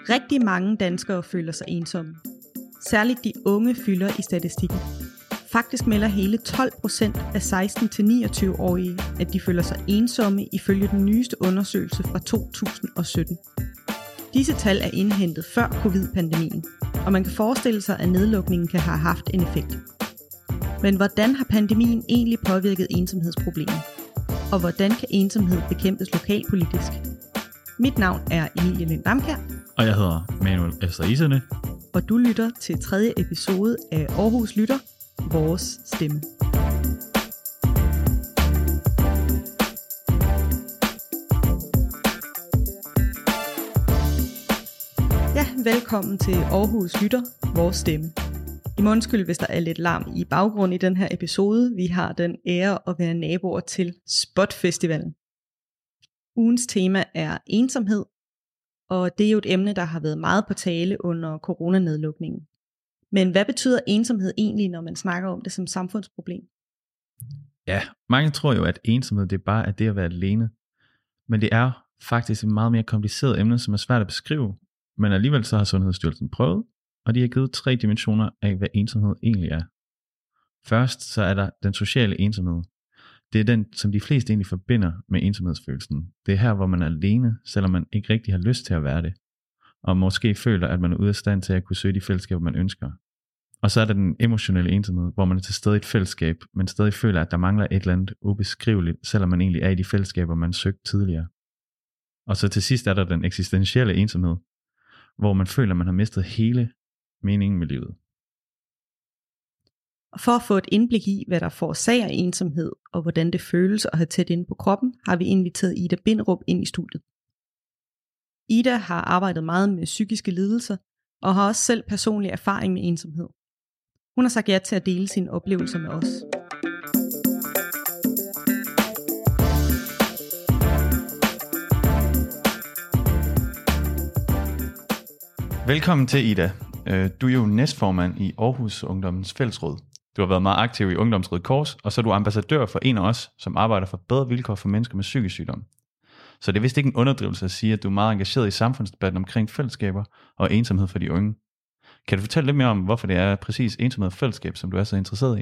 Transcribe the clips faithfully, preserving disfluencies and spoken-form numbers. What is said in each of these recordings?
Rigtig mange danskere føler sig ensomme. Særligt de unge fylder i statistikken. Faktisk melder hele tolv procent af seksten til niogtyve-årige, at de føler sig ensomme ifølge den nyeste undersøgelse fra to tusind og sytten. Disse tal er indhentet før covid-pandemien, og man kan forestille sig, at nedlukningen kan have haft en effekt. Men hvordan har pandemien egentlig påvirket ensomhedsproblemet? Og hvordan kan ensomhed bekæmpes lokalpolitisk? Mit navn er Emilie Lind Damkjær. Og jeg hedder Manuel Esther Iserne. Og du lytter til tredje episode af Aarhus Lytter, vores stemme. Ja, velkommen til Aarhus Lytter, vores stemme. I må undskylde, hvis der er lidt larm i baggrunden i den her episode. Vi har den ære at være naboer til Spot Festivalen. Ugens tema er ensomhed, og det er jo et emne, der har været meget på tale under coronanedlukningen. Men hvad betyder ensomhed egentlig, når man snakker om det som samfundsproblem? Ja, mange tror jo, at ensomhed det bare er det at være alene. Men det er faktisk et meget mere kompliceret emne, som er svært at beskrive. Men alligevel så har Sundhedsstyrelsen prøvet, og de har givet tre dimensioner af, hvad ensomhed egentlig er. Først så er der den sociale ensomhed. Det er den, som de fleste egentlig forbinder med ensomhedsfølelsen. Det er her, hvor man er alene, selvom man ikke rigtig har lyst til at være det. Og måske føler, at man er ude af stand til at kunne søge de fællesskaber, man ønsker. Og så er der den emotionelle ensomhed, hvor man er til stede i et fællesskab, men stadig føler, at der mangler et eller andet ubeskriveligt, selvom man egentlig er i de fællesskaber, man søgte tidligere. Og så til sidst er der den eksistentielle ensomhed, hvor man føler, at man har mistet hele meningen med livet. For at få et indblik i, hvad der forårsager ensomhed, og hvordan det føles at have tæt inde på kroppen, har vi inviteret Ida Bindrup ind i studiet. Ida har arbejdet meget med psykiske lidelser, og har også selv personlig erfaring med ensomhed. Hun har sagt ja til at dele sine oplevelser med os. Velkommen til, Ida. Du er jo næstformand i Aarhus Ungdommens Fællesråd. Du har været meget aktiv i Ungdomsrøde Kors, og så er du ambassadør for en af os, som arbejder for bedre vilkår for mennesker med psykisk sygdom. Så det er vist ikke en underdrivelse at sige, at du er meget engageret i samfundsdebatten omkring fællesskaber og ensomhed for de unge. Kan du fortælle lidt mere om, hvorfor det er præcis ensomhed og fællesskab, som du er så interesseret i?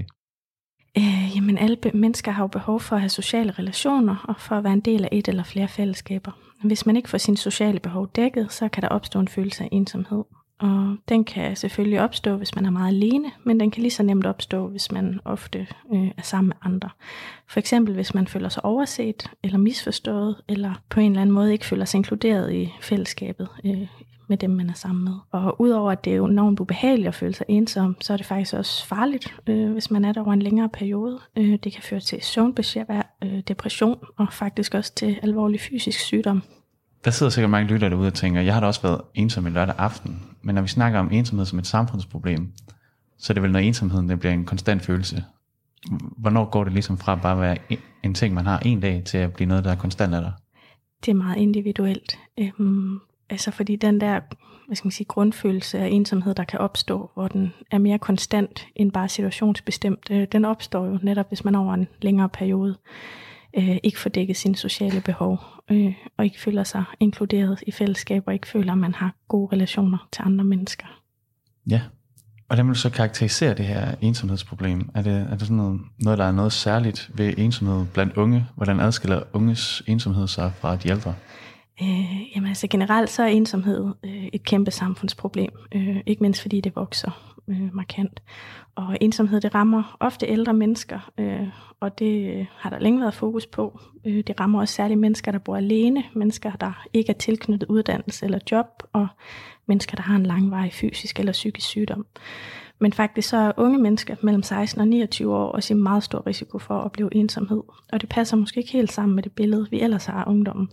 Øh, jamen alle mennesker har jo behov for at have sociale relationer og for at være en del af et eller flere fællesskaber. Hvis man ikke får sine sociale behov dækket, så kan der opstå en følelse af ensomhed. Og den kan selvfølgelig opstå, hvis man er meget alene, men den kan lige så nemt opstå, hvis man ofte øh, er sammen med andre. For eksempel hvis man føler sig overset eller misforstået, eller på en eller anden måde ikke føler sig inkluderet i fællesskabet øh, med dem, man er sammen med. Og udover at det er jo enormt ubehageligt at føle sig ensom, så er det faktisk også farligt, øh, hvis man er der over en længere periode. Øh, det kan føre til søvnbesvær, øh, depression og faktisk også til alvorlig fysisk sygdom. Der sidder sikkert mange lyttere derude og tænker, jeg har da også været ensom i lørdag aften, men når vi snakker om ensomhed som et samfundsproblem, så er det vel, når ensomheden det bliver en konstant følelse. Hvornår går det ligesom fra bare at være en ting, man har en dag, til at blive noget, der er konstant af dig? Det er meget individuelt. Øhm, altså fordi den der hvad skal man sige, grundfølelse af ensomhed, der kan opstå, hvor den er mere konstant end bare situationsbestemt, øh, den opstår jo netop, hvis man over en længere periode Øh, ikke får dækket sine sociale behov, øh, og ikke føler sig inkluderet i fællesskaber, og ikke føler, at man har gode relationer til andre mennesker. Ja, og hvordan vil du så karakterisere det her ensomhedsproblem? Er det, er det sådan noget, noget, der er noget særligt ved ensomhed blandt unge? Hvordan adskiller unges ensomhed sig fra de ældre? Øh, jamen altså generelt så er ensomhed øh, et kæmpe samfundsproblem, øh, ikke mindst fordi det vokser øh, markant. Og ensomhed det rammer ofte ældre mennesker, øh, og det øh, har der længe været fokus på. Øh, det rammer også særligt mennesker, der bor alene, mennesker, der ikke er tilknyttet uddannelse eller job, og mennesker, der har en langvarig fysisk eller psykisk sygdom. Men faktisk så er unge mennesker mellem seksten og niogtyve år også i meget stor risiko for at opleve ensomhed, og det passer måske ikke helt sammen med det billede, vi ellers har af ungdommen.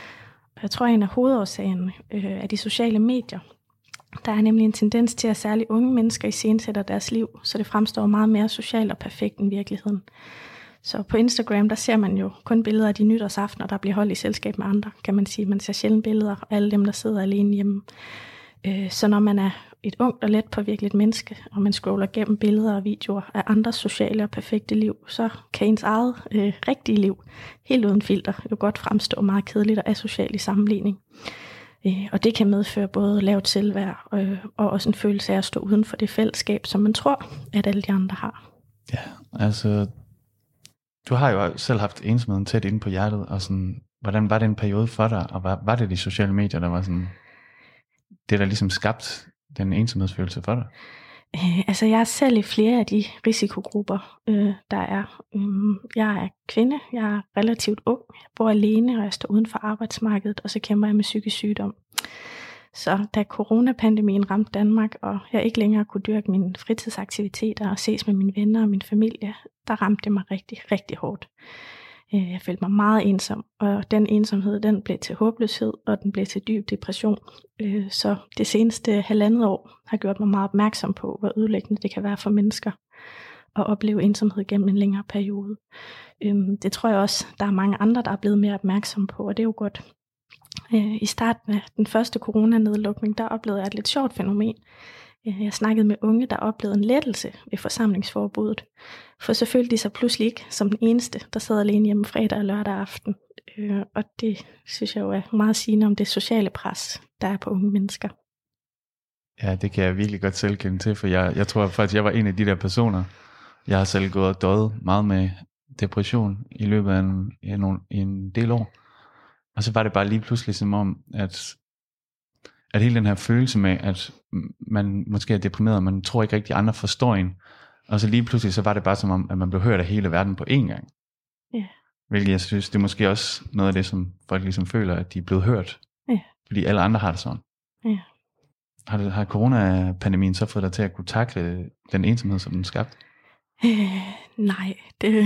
Jeg tror, at en af hovedårsagerne øh, er de sociale medier. Der er nemlig en tendens til, at særligt unge mennesker iscenesætter deres liv, så det fremstår meget mere socialt og perfekt end virkeligheden. Så på Instagram, der ser man jo kun billeder af de nytårsaftener, der bliver holdt i selskab med andre, kan man sige. Man ser sjældent billeder af alle dem, der sidder alene hjemme. Så når man er et ungt og let påvirkeligt menneske, og man scroller gennem billeder og videoer af andres sociale og perfekte liv, så kan ens eget øh, rigtige liv, helt uden filter, jo godt fremstå meget kedeligt og asocialt i sammenligning. Øh, og det kan medføre både lavt selvværd øh, og også en følelse af at stå uden for det fællesskab, som man tror, at alle de andre har. Ja, altså, du har jo selv haft ensomheden tæt inde på hjertet, og sådan, hvordan var det en periode for dig, og var, var det de sociale medier, der var sådan, det der ligesom skabt den ensomhedsfølelse for dig? Øh, altså jeg er selv i flere af de risikogrupper, øh, der er. Øh, jeg er kvinde, jeg er relativt ung, jeg bor alene, og jeg står uden for arbejdsmarkedet, og så kæmper jeg med psykisk sygdom. Så da coronapandemien ramte Danmark, og jeg ikke længere kunne dyrke mine fritidsaktiviteter og ses med mine venner og min familie, der ramte det mig rigtig, rigtig hårdt. Jeg følte mig meget ensom, og den ensomhed, den blev til håbløshed, og den blev til dyb depression. Så det seneste halvandet år har gjort mig meget opmærksom på, hvor ødelæggende det kan være for mennesker at opleve ensomhed gennem en længere periode. Det tror jeg også, der er mange andre, der er blevet mere opmærksomme på, og det er jo godt. I starten af den første coronanedlukning, der oplevede jeg et lidt sjovt fænomen. Jeg snakkede med unge, der oplevede en lettelse ved forsamlingsforbuddet. For så følte de sig pludselig ikke som den eneste, der sad alene hjemme fredag og lørdag aften. Og det synes jeg jo er meget sigende om det sociale pres, der er på unge mennesker. Ja, det kan jeg virkelig godt selv kende til, for jeg, jeg tror faktisk, jeg var en af de der personer. Jeg har selv gået og døjet meget med depression i løbet af en, en, en del år. Og så var det bare lige pludselig som om, at, at hele den her følelse med, at man måske er deprimeret, og man tror ikke rigtig, at andre forstår en. Og så lige pludselig, så var det bare som om, at man blev hørt af hele verden på én gang. Ja. Hvilket jeg synes, det er måske også noget af det, som folk ligesom føler, at de er blevet hørt. Ja. Fordi alle andre har det sådan. Ja. Har, det, har coronapandemien så fået dig til at kunne takle den ensomhed, som den skabte? Øh, nej, det,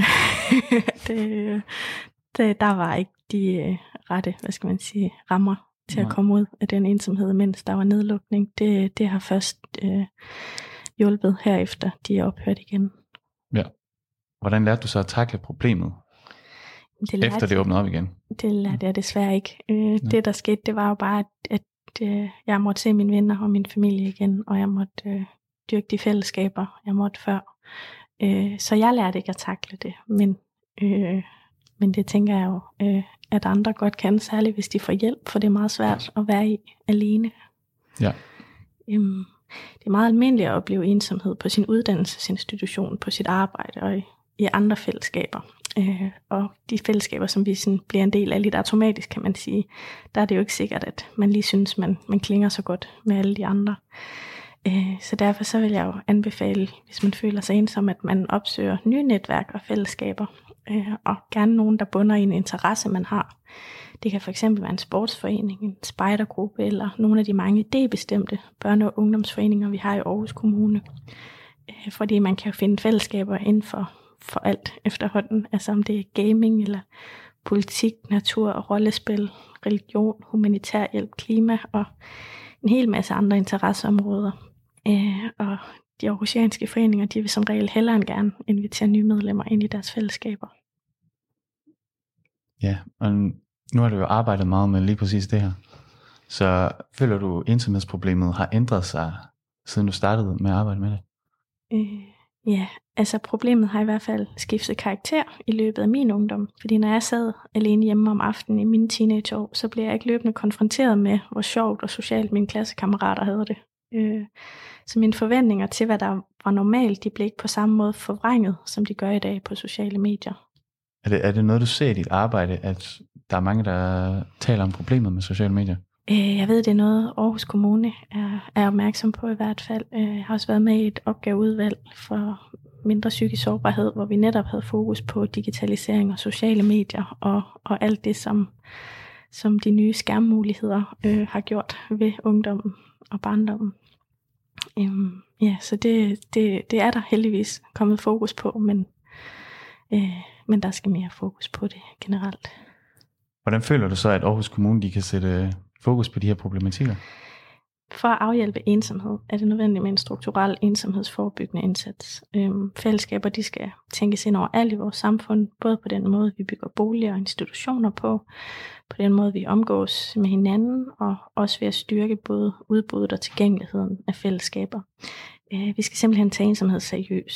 det, det, der var ikke de øh, rette, hvad skal man sige, rammer til nej. At komme ud af den ensomhed, mens der var nedlukning. Det, det har først øh, hjulpet herefter, de er ophørt igen. Ja. Hvordan lærte du så at takle problemet, det lærte, efter det åbnede op igen? Det lærte jeg desværre ikke. Øh, det der skete, det var jo bare, at, at øh, jeg måtte se mine venner og min familie igen, og jeg måtte øh, dyrke de fællesskaber, jeg måtte før. Øh, så jeg lærte ikke at takle det, men, øh, men det tænker jeg jo, øh, at andre godt kan, særligt hvis de får hjælp, for det er meget svært at være i alene. Ja. Øhm, det er meget almindeligt at opleve ensomhed på sin uddannelsesinstitution, på sit arbejde og i, i andre fællesskaber. Øh, og de fællesskaber, som vi sådan bliver en del af lidt automatisk, kan man sige, der er det jo ikke sikkert, at man lige synes, man, man klinger så godt med alle de andre. Øh, så derfor så vil jeg jo anbefale, hvis man føler sig ensom, at man opsøger nye netværk og fællesskaber, øh, og gerne nogen, der bunder i en interesse, man har. Det kan for eksempel være en sportsforening, en spejdergruppe, eller nogle af de mange idébestemte børne- og ungdomsforeninger, vi har i Aarhus Kommune. Øh, fordi man kan jo finde fællesskaber inden for, for alt efterhånden, altså om det er gaming, eller politik, natur og rollespil, religion, humanitær hjælp, klima og en hel masse andre interesseområder. Øh, og de aarhusianske foreninger, de vil som regel hellere end gerne invitere nye medlemmer ind i deres fællesskaber. Ja, og nu har du jo arbejdet meget med lige præcis det her. Så føler du, at ensomhedsproblemet har ændret sig, siden du startede med at arbejde med det? Øh, ja, altså problemet har i hvert fald skiftet karakter i løbet af min ungdom. Fordi når jeg sad alene hjemme om aftenen i mine teenageår, så blev jeg ikke løbende konfronteret med, hvor sjovt og socialt mine klassekammerater havde det. Øh, så mine forventninger til, hvad der var normalt, de blev ikke på samme måde forvrænget, som de gør i dag på sociale medier. Er det, er det noget, du ser i dit arbejde, at der er mange, der taler om problemet med sociale medier? Øh, jeg ved, det er noget, Aarhus Kommune er, er opmærksom på i hvert fald. Øh, jeg har også været med i et opgaveudvalg for mindre psykisk sårbarhed, hvor vi netop havde fokus på digitalisering og sociale medier, og, og alt det, som, som de nye skærmmuligheder øh, har gjort ved ungdommen og barndommen. Øhm, ja, så det, det, det er der heldigvis kommet fokus på, men, øh, men der skal mere fokus på det generelt. Hvordan føler du så, at Aarhus Kommune de kan sætte fokus på de her problematikker? For at afhjælpe ensomhed er det nødvendigt med en strukturel ensomhedsforebyggende indsats. Øhm, fællesskaber de skal tænkes ind over alt i vores samfund, både på den måde, vi bygger boliger og institutioner på, på den måde, vi omgås med hinanden, og også ved at styrke både udbuddet og tilgængeligheden af fællesskaber. Øh, vi skal simpelthen tage ensomhed seriøst.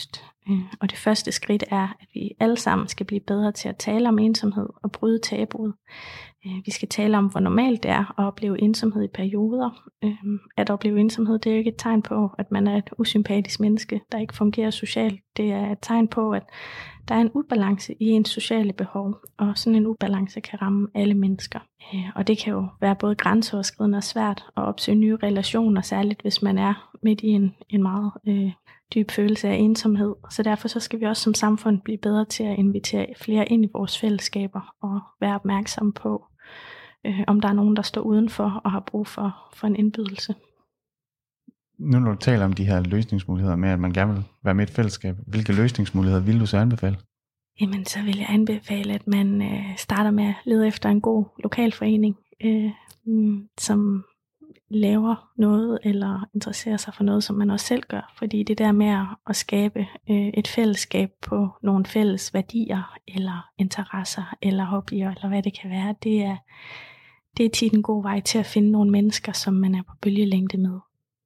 Og det første skridt er, at vi alle sammen skal blive bedre til at tale om ensomhed og bryde tabuet. Vi skal tale om, hvor normalt det er at opleve ensomhed i perioder. At opleve ensomhed, det er jo ikke et tegn på, at man er et usympatisk menneske, der ikke fungerer socialt. Det er et tegn på, at der er en ubalance i ens sociale behov, og sådan en ubalance kan ramme alle mennesker. Og det kan jo være både grænseoverskridende og svært at opsøge nye relationer, særligt hvis man er midt i en, en meget øh, dyb følelse af ensomhed. Så derfor så skal vi også som samfund blive bedre til at invitere flere ind i vores fællesskaber og være opmærksomme på, øh, om der er nogen, der står udenfor og har brug for, for en indbydelse. Nu når du taler om de her løsningsmuligheder med, at man gerne vil være med i et fællesskab, hvilke løsningsmuligheder vil du så anbefale? Jamen, så vil jeg anbefale, at man øh, starter med at lede efter en god lokalforening, øh, som laver noget eller interesserer sig for noget, som man også selv gør. Fordi det der med at, at skabe øh, et fællesskab på nogle fælles værdier, eller interesser, eller hobbyer, eller hvad det kan være, det er, det er tit en god vej til at finde nogle mennesker, som man er på bølgelængde med.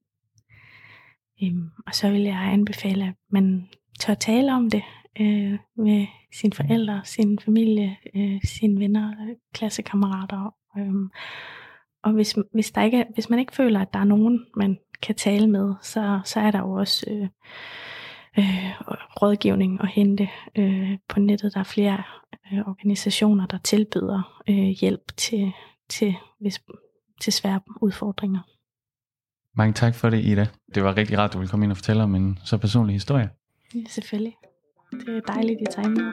Øhm, og så vil jeg anbefale, at man tør tale om det øh, med sine forældre, sin familie, øh, sine venner, klassekammerater. Øh, og hvis, hvis, der ikke er, hvis man ikke føler, at der er nogen, man kan tale med, så, så er der jo også øh, øh, rådgivning at hente øh, på nettet. Der er flere øh, organisationer, der tilbyder øh, hjælp til, til, hvis, til svære udfordringer. Mange tak for det, Ida. Det var rigtig rart, at du ville komme ind og fortælle om en så personlig historie. Ja, selvfølgelig. Det er dejligt, at I tager imod.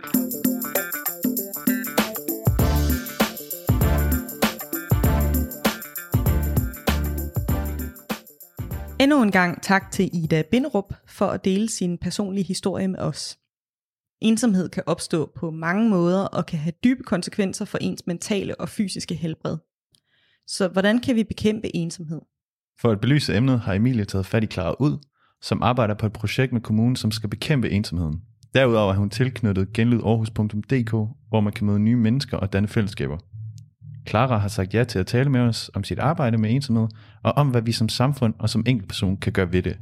Endnu en gang tak til Ida Binderup for at dele sin personlige historie med os. Ensomhed kan opstå på mange måder og kan have dybe konsekvenser for ens mentale og fysiske helbred. Så hvordan kan vi bekæmpe ensomhed? For at belyse emnet har Emilie taget fat i Clara Ud, som arbejder på et projekt med kommunen, som skal bekæmpe ensomheden. Derudover er hun tilknyttet genlyd aarhus punktum d k, hvor man kan møde nye mennesker og danne fællesskaber. Clara har sagt ja til at tale med os om sit arbejde med ensomhed, og om hvad vi som samfund og som enkeltperson kan gøre ved det.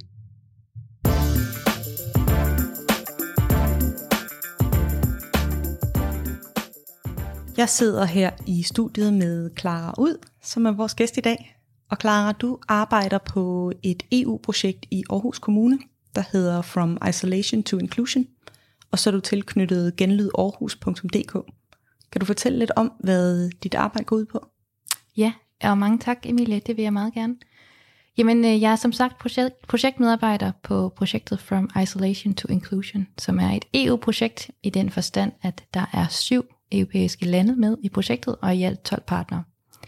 Jeg sidder her i studiet med Clara Ud, som er vores gæst i dag. Og Clara, du arbejder på et E U-projekt i Aarhus Kommune, der hedder From Isolation to Inclusion, og så er du tilknyttet genlyd aarhus punktum d k. Kan du fortælle lidt om, hvad dit arbejde går ud på? Ja, og mange tak, Emilie. Det vil jeg meget gerne. Jamen, jeg er som sagt projekt, projektmedarbejder på projektet From Isolation to Inclusion, som er et E U-projekt i den forstand, at der er syv europæiske lande med i projektet, og i alt tolv partnere.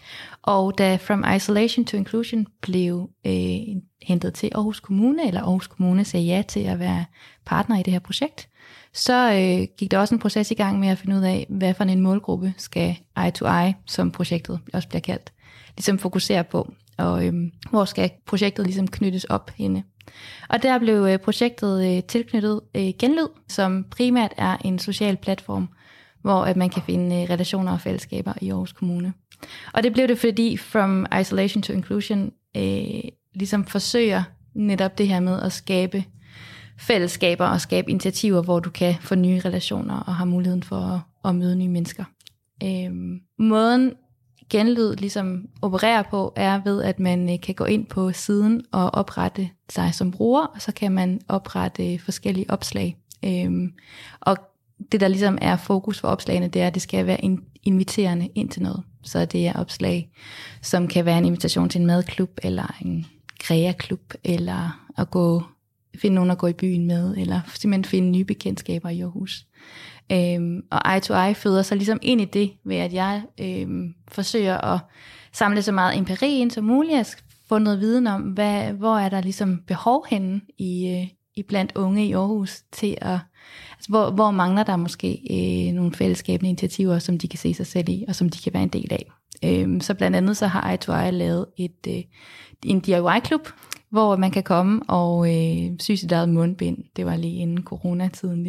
Og da From Isolation to Inclusion blev øh, hentet til Aarhus Kommune, eller Aarhus Kommune sagde ja til at være partner i det her projekt, så øh, gik der også en proces i gang med at finde ud af, hvad for en målgruppe skal eye to eye, som projektet også bliver kaldt, ligesom fokusere på, og øh, hvor skal projektet ligesom knyttes op henne. Og der blev øh, projektet øh, tilknyttet øh, Genlyd, som primært er en social platform, hvor at man kan finde øh, relationer og fællesskaber i Aarhus Kommune. Og det blev det, fordi From Isolation to Inclusion øh, ligesom forsøger netop det her med at skabe fællesskaber og skabe initiativer, hvor du kan få nye relationer og har muligheden for at, at møde nye mennesker. Øh, måden Genlyd ligesom opererer på er ved, at man øh, kan gå ind på siden og oprette sig som bruger, og så kan man oprette forskellige opslag. Øh, og det, der ligesom er fokus for opslagene, det er, at det skal være inviterende ind til noget. Så det er opslag, som kan være en invitation til en madklub, eller en kreaklub, eller at gå, finde nogen at gå i byen med, eller simpelthen finde nye bekendtskaber i Aarhus. Øhm, og eye to eye føder sig ligesom ind i det, ved at jeg øhm, forsøger at samle så meget empiri ind som muligt, at få noget viden om, hvad, hvor er der ligesom behov henne i, øh, i blandt unge i Aarhus til at, altså hvor, hvor mangler der måske øh, nogle fællesskabende initiativer, som de kan se sig selv i, og som de kan være en del af. Øhm, så blandt andet så har eye to eye lavet et, øh, en D I Y-klub, hvor man kan komme og øh, sy sit eget mundbind. Det var lige inden coronatiden ligesom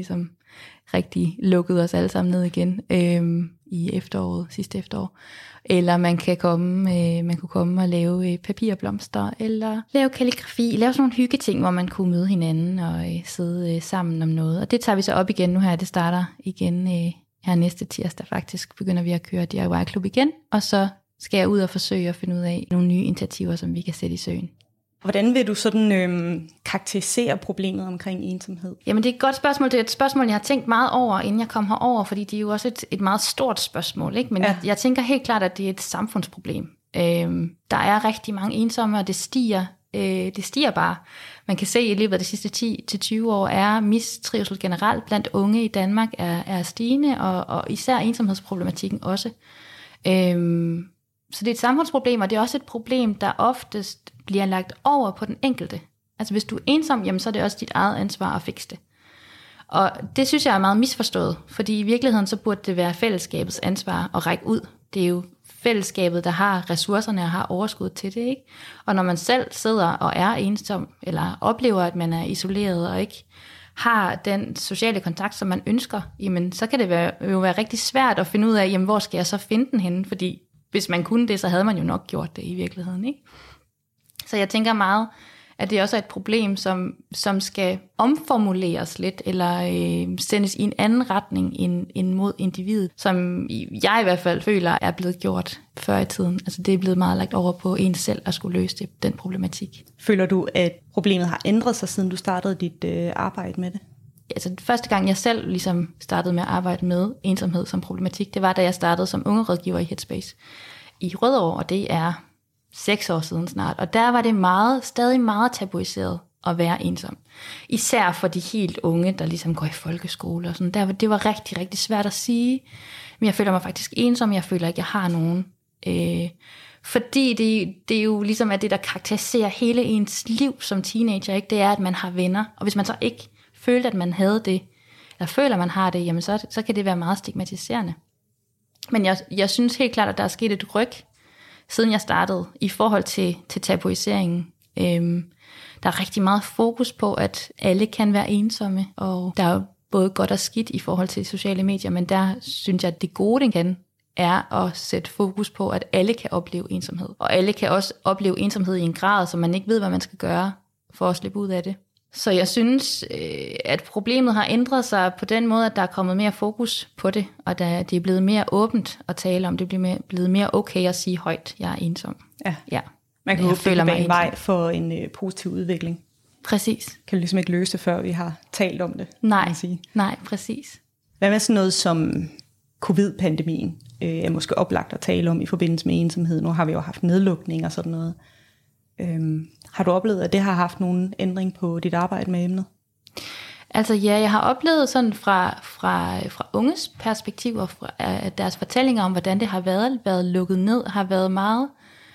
rigtig lukket os alle sammen ned igen øhm, i efteråret, sidste efterår. Eller man kan komme, øh, man kunne komme og lave øh, papirblomster, eller lave kalligrafi, lave sådan nogle hyggeting, hvor man kunne møde hinanden og øh, sidde øh, sammen om noget. Og det tager vi så op igen nu her. Det starter igen øh, her næste tirsdag faktisk. Begynder vi at køre D I Y-klub igen, og så skal jeg ud og forsøge at finde ud af nogle nye initiativer, som vi kan sætte i søen. Hvordan vil du sådan øhm, karakterisere problemet omkring ensomhed? Jamen det er et godt spørgsmål. Det er et spørgsmål, jeg har tænkt meget over, inden jeg kom herover, fordi det er jo også et, et meget stort spørgsmål. Ikke? Men ja. jeg, jeg tænker helt klart, at det er et samfundsproblem. Øhm, der er rigtig mange ensomme, og det stiger, øh, det stiger bare. Man kan se, at i løbet af de sidste ti til tyve år er mistrivsel generelt blandt unge i Danmark er, er stigende, og, og især ensomhedsproblematikken også. Øhm, så det er et samfundsproblem, og det er også et problem, der oftest bliver lagt over på den enkelte. Altså hvis du er ensom, jamen, så er det også dit eget ansvar at fikse det. Og det synes jeg er meget misforstået, fordi i virkeligheden så burde det være fællesskabets ansvar at række ud. Det er jo fællesskabet, der har ressourcerne og har overskud til det, ikke? Og når man selv sidder og er ensom, eller oplever, at man er isoleret og ikke har den sociale kontakt, som man ønsker, jamen så kan det være, jo være rigtig svært at finde ud af, jamen hvor skal jeg så finde den henne? Fordi hvis man kunne det, så havde man jo nok gjort det i virkeligheden, ikke? Så jeg tænker meget, at det også er et problem, som, som skal omformuleres lidt, eller øh, sendes i en anden retning end, end mod individet, som jeg i hvert fald føler er blevet gjort før i tiden. Altså det er blevet meget lagt over på en selv at skulle løse det, den problematik. Føler du, at problemet har ændret sig, siden du startede dit øh, arbejde med det? Altså første gang jeg selv ligesom startede med at arbejde med ensomhed som problematik, det var da jeg startede som ungerådgiver i Headspace i Rødovre, og det er seks år siden snart, og der var det meget, stadig meget tabuiseret at være ensom. Især for de helt unge, der ligesom går i folkeskole og sådan. Der, det var rigtig, rigtig svært at sige, men jeg føler mig faktisk ensom, jeg føler ikke, jeg har nogen. Øh, fordi det, det er jo ligesom, at det, der karakteriserer hele ens liv som teenager, ikke, det er, at man har venner, og hvis man så ikke følte, at man havde det, eller føler, at man har det, jamen så, så kan det være meget stigmatiserende. Men jeg, jeg synes helt klart, at der er sket et ryg, siden jeg startede, i forhold til, til tabuiseringen. Øhm, der er rigtig meget fokus på, at alle kan være ensomme, og der er jo både godt og skidt i forhold til sociale medier, men der synes jeg, at det gode, den kan, er at sætte fokus på, at alle kan opleve ensomhed. Og alle kan også opleve ensomhed i en grad, så man ikke ved, hvad man skal gøre for at slippe ud af det. Så jeg synes, at problemet har ændret sig på den måde, at der er kommet mere fokus på det, og det er blevet mere åbent at tale om. Det er blevet mere okay at sige højt, jeg er ensom. Ja, ja. Man kan håbe, det kan være en vej for en uh, positiv udvikling. Præcis. Kan vi ligesom ikke løse det, før vi har talt om det? Nej, kan man sige. nej, præcis. Hvad med sådan noget som covid-pandemien? Øh, er måske oplagt at tale om i forbindelse med ensomhed. Nu har vi jo haft nedlukning og sådan noget. Øhm, har du oplevet, at det har haft nogen ændring på dit arbejde med emnet? Altså ja, jeg har oplevet sådan fra, fra, fra unges perspektiver, fra at deres fortællinger om, hvordan det har været, været lukket ned, har været meget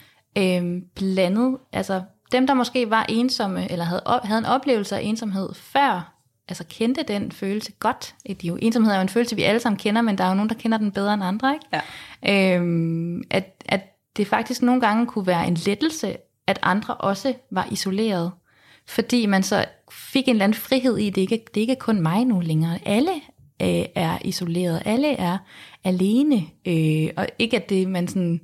øhm, blandet. Altså dem, der måske var ensomme, eller havde, op, havde en oplevelse af ensomhed før, altså kendte den følelse godt. Det er jo, ensomhed er jo en følelse, vi alle sammen kender, men der er jo nogen, der kender den bedre end andre, ikke? Ja. Øhm, at, at det faktisk nogle gange kunne være en lettelse, at andre også var isoleret, fordi man så fik en eller anden frihed i, det ikke, det ikke er kun mig nu længere. Alle øh, er isoleret, alle er alene, øh, og ikke at det man sådan,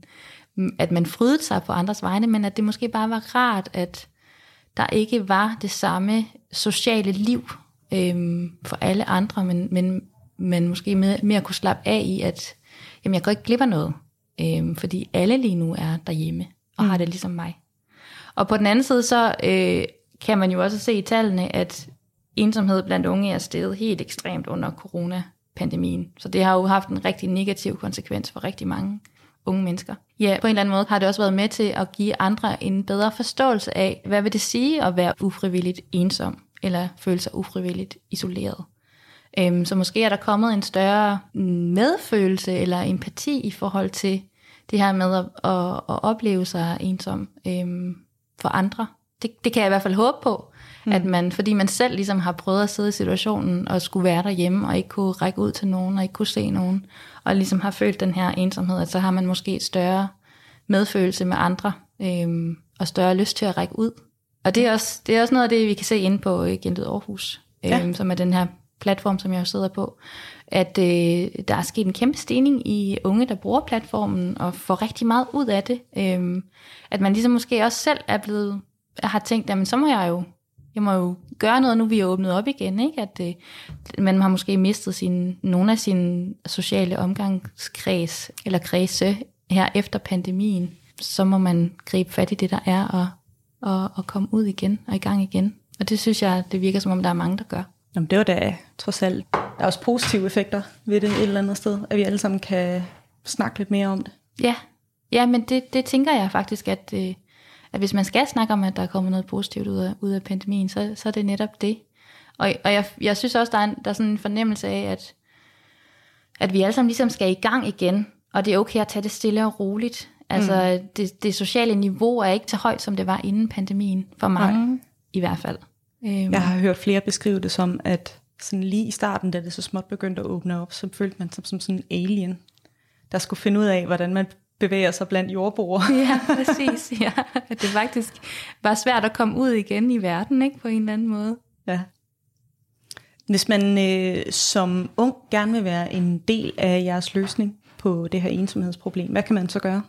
at man frydede sig på andres vegne, men at det måske bare var rart, at der ikke var det samme sociale liv øh, for alle andre, men, men man måske mere, mere kunne slappe af i, at jamen, jeg går ikke glip af noget, øh, fordi alle lige nu er derhjemme og mm. har det ligesom mig. Og på den anden side, så øh, kan man jo også se i tallene, at ensomhed blandt unge er steget helt ekstremt under coronapandemien. Så det har jo haft en rigtig negativ konsekvens for rigtig mange unge mennesker. Ja, på en eller anden måde har det også været med til at give andre en bedre forståelse af, hvad vil det sige at være ufrivilligt ensom, eller føle sig ufrivilligt isoleret. Øhm, så måske er der kommet en større medfølelse eller empati i forhold til det her med at, at, at opleve sig ensom øhm, for andre. Det, det kan jeg i hvert fald håbe på, mm. at man, fordi man selv ligesom har prøvet at sidde i situationen og skulle være derhjemme og ikke kunne række ud til nogen og ikke kunne se nogen, og ligesom har følt den her ensomhed, at så har man måske et større medfølelse med andre øhm, og større lyst til at række ud. Og det er også, det er også noget af det, vi kan se inde på Gentet Aarhus, øhm, ja. som er den her platform, som jeg jo sidder på, at øh, der er sket en kæmpe stigning i unge, der bruger platformen og får rigtig meget ud af det. Øh, at man ligesom måske også selv er blevet, har tænkt, jamen så må jeg jo, jeg må jo gøre noget, nu vi er åbnet op igen, ikke? At øh, man har måske mistet sin, nogle af sine sociale omgangskreds, eller kredse her efter pandemien, så må man gribe fat i det, der er, og, og, og komme ud igen, og i gang igen. Og det synes jeg, det virker som om, der er mange, der gør. Jamen, det var da trods alt. Der er også positive effekter ved det et eller andet sted, at vi alle sammen kan snakke lidt mere om det. Ja, ja, men det, det tænker jeg faktisk, at, øh, at hvis man skal snakke om, at der er kommet noget positivt ud af, ud af pandemien, så, så er det netop det. Og, og jeg, jeg synes også, der er, en, der er sådan en fornemmelse af, at, at vi alle sammen ligesom skal i gang igen, og det er okay at tage det stille og roligt. Altså, mm. det, det sociale niveau er ikke så højt, som det var inden pandemien, for mange Nej. I hvert fald. Jeg har hørt flere beskrive det som, at sådan lige i starten, da det så småt begyndte at åbne op, så følte man sig som sådan en alien, der skulle finde ud af, hvordan man bevæger sig blandt jordboere. Ja, præcis. Ja. Det faktisk var svært at komme ud igen i verden, ikke, på en eller anden måde. Ja. Hvis man øh, som ung gerne vil være en del af jeres løsning på det her ensomhedsproblem, hvad kan man så gøre?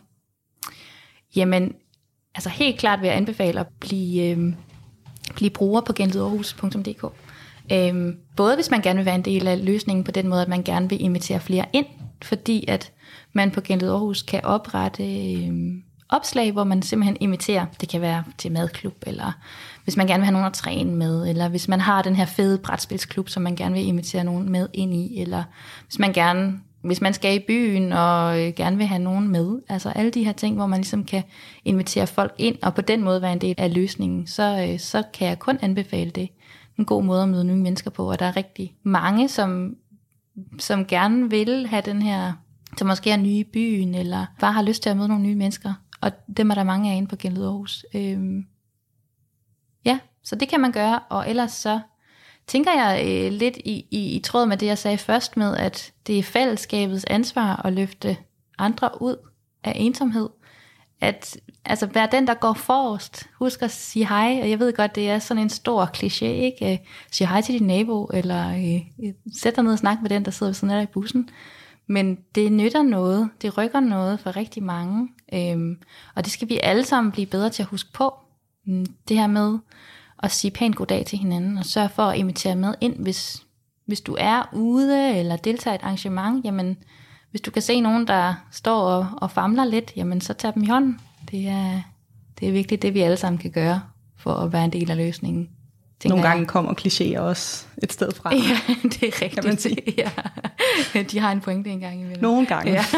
Jamen, altså helt klart vil jeg anbefale at blive... Øh, blive bruger på genlydaarhus punktum d k. Øhm, både hvis man gerne vil være en del af løsningen på den måde, at man gerne vil invitere flere ind, fordi at man på Genlydaarhus kan oprette øhm, opslag, hvor man simpelthen inviterer. Det kan være til madklub, eller hvis man gerne vil have nogen at træne med, eller hvis man har den her fede brætspilsklub, som man gerne vil invitere nogen med ind i, eller hvis man gerne... Hvis man skal i byen og øh, gerne vil have nogen med, altså alle de her ting, hvor man ligesom kan invitere folk ind, og på den måde være en del af løsningen, så, øh, så kan jeg kun anbefale det. En god måde at møde nye mennesker på, og der er rigtig mange, som, som gerne vil have den her, som måske er nye i byen, eller bare har lyst til at møde nogle nye mennesker, og dem er der mange af inde på Genlydaarhus. Øhm, ja, så det kan man gøre, og ellers så tænker jeg øh, lidt i, i, i tråd med det, jeg sagde først med, at det er fællesskabets ansvar at løfte andre ud af ensomhed. At altså, være den, der går forrest. Husk at sige hej, og jeg ved godt, det er sådan en stor kliché, ikke? Sige hej til din nabo, eller øh, sæt dig ned og snak med den, der sidder ved siden af dig i bussen. Men det nytter noget, det rykker noget for rigtig mange, øhm, og det skal vi alle sammen blive bedre til at huske på. Det her med og sige pænt goddag til hinanden, og sørge for at invitere med ind, hvis, hvis du er ude, eller deltager i et arrangement, jamen, hvis du kan se nogen, der står og, og famler lidt, jamen, så tag dem i hånden. Det er, det er virkelig det, vi alle sammen kan gøre, for at være en del af løsningen. Nogle gange jeg. kommer klichéer også et sted fra. Ja, det er rigtigt. Kan man sige. Ja. De har en pointe en gang imellem. Nogle gange. Ja.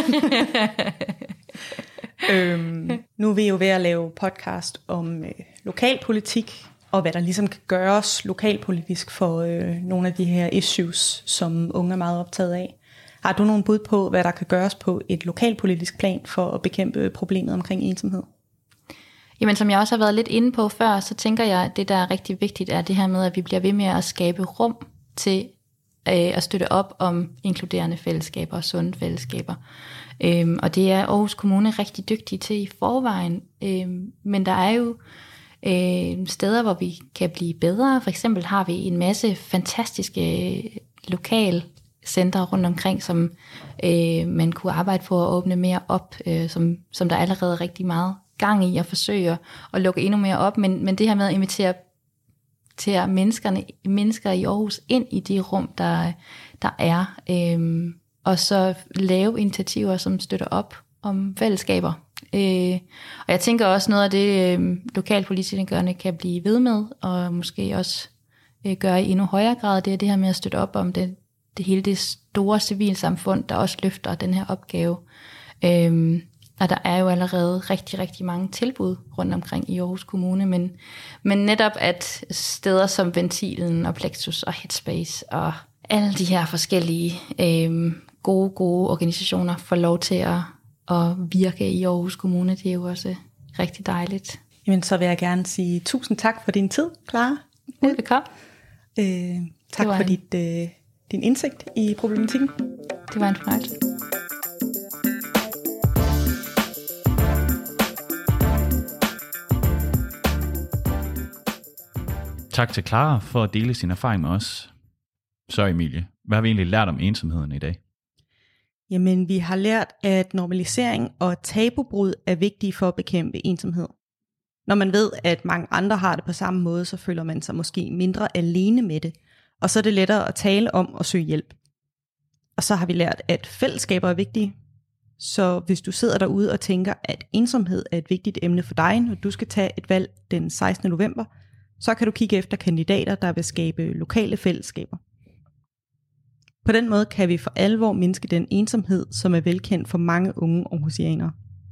øhm, nu er vi jo ved at lave podcast om øh, lokalpolitik, og hvad der ligesom kan gøres lokalpolitisk for øh, nogle af de her issues, som unge er meget optaget af. Har du nogen bud på, hvad der kan gøres på et lokalpolitisk plan for at bekæmpe problemet omkring ensomhed? Jamen, som jeg også har været lidt inde på før, så tænker jeg, at det, der er rigtig vigtigt, er det her med, at vi bliver ved med at skabe rum til øh, at støtte op om inkluderende fællesskaber og sunde fællesskaber. Øhm, og det er Aarhus Kommune rigtig dygtig til i forvejen. Øhm, men der er jo øh, steder, hvor vi kan blive bedre. For eksempel har vi en masse fantastiske øh, lokal centre rundt omkring, som øh, man kunne arbejde på at åbne mere op, øh, som, som der allerede er rigtig meget gang i at forsøge at lukke endnu mere op, men, men det her med at invitere til menneskerne, mennesker i Aarhus ind i de rum, der, der er, øh, og så lave initiativer, som støtter op om fællesskaber. Øh, og jeg tænker også noget af det, øh, lokalpolitikerne kan blive ved med, og måske også øh, gøre i endnu højere grad, det er det her med at støtte op om det, det hele det store civilsamfund, der også løfter den her opgave. Øhm, og der er jo allerede rigtig, rigtig mange tilbud rundt omkring i Aarhus Kommune, men, men netop at steder som Ventilen og Plexus og Headspace og alle de her forskellige øhm, gode, gode organisationer får lov til at, at virke i Aarhus Kommune, det er jo også rigtig dejligt. Jamen, så vil jeg gerne sige tusind tak for din tid, Clara. Velbekomme. Øh, tak for en... dit... Øh... din indsigt i problematikken. Det var en fornøjelse. Tak til Clara for at dele sin erfaring med os. Så Emilie, hvad har vi egentlig lært om ensomheden i dag? Jamen, vi har lært, at normalisering og tabubrud er vigtige for at bekæmpe ensomhed. Når man ved, at mange andre har det på samme måde, så føler man sig måske mindre alene med det, og så er det lettere at tale om og søge hjælp. Og så har vi lært, at fællesskaber er vigtige. Så hvis du sidder derude og tænker, at ensomhed er et vigtigt emne for dig, når du skal tage et valg den sekstende november, så kan du kigge efter kandidater, der vil skabe lokale fællesskaber. På den måde kan vi for alvor mindske den ensomhed, som er velkendt for mange unge aarhusianere.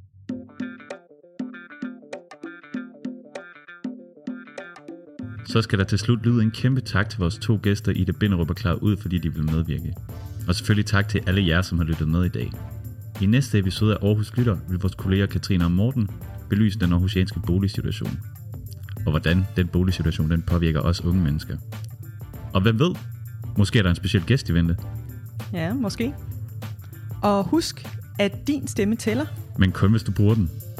Så skal der til slut lyde en kæmpe tak til vores to gæster, Ida Binderup og Clara Ud, fordi de vil medvirke. Og selvfølgelig tak til alle jer, som har lyttet med i dag. I næste episode af Aarhus Lytter vil vores kolleger Katrine og Morten belyse den aarhusianske boligsituation. Og hvordan den boligsituation den påvirker os unge mennesker. Og hvem ved, måske er der en speciel gæst i vente. Ja, måske. Og husk, at din stemme tæller. Men kun hvis du bruger den.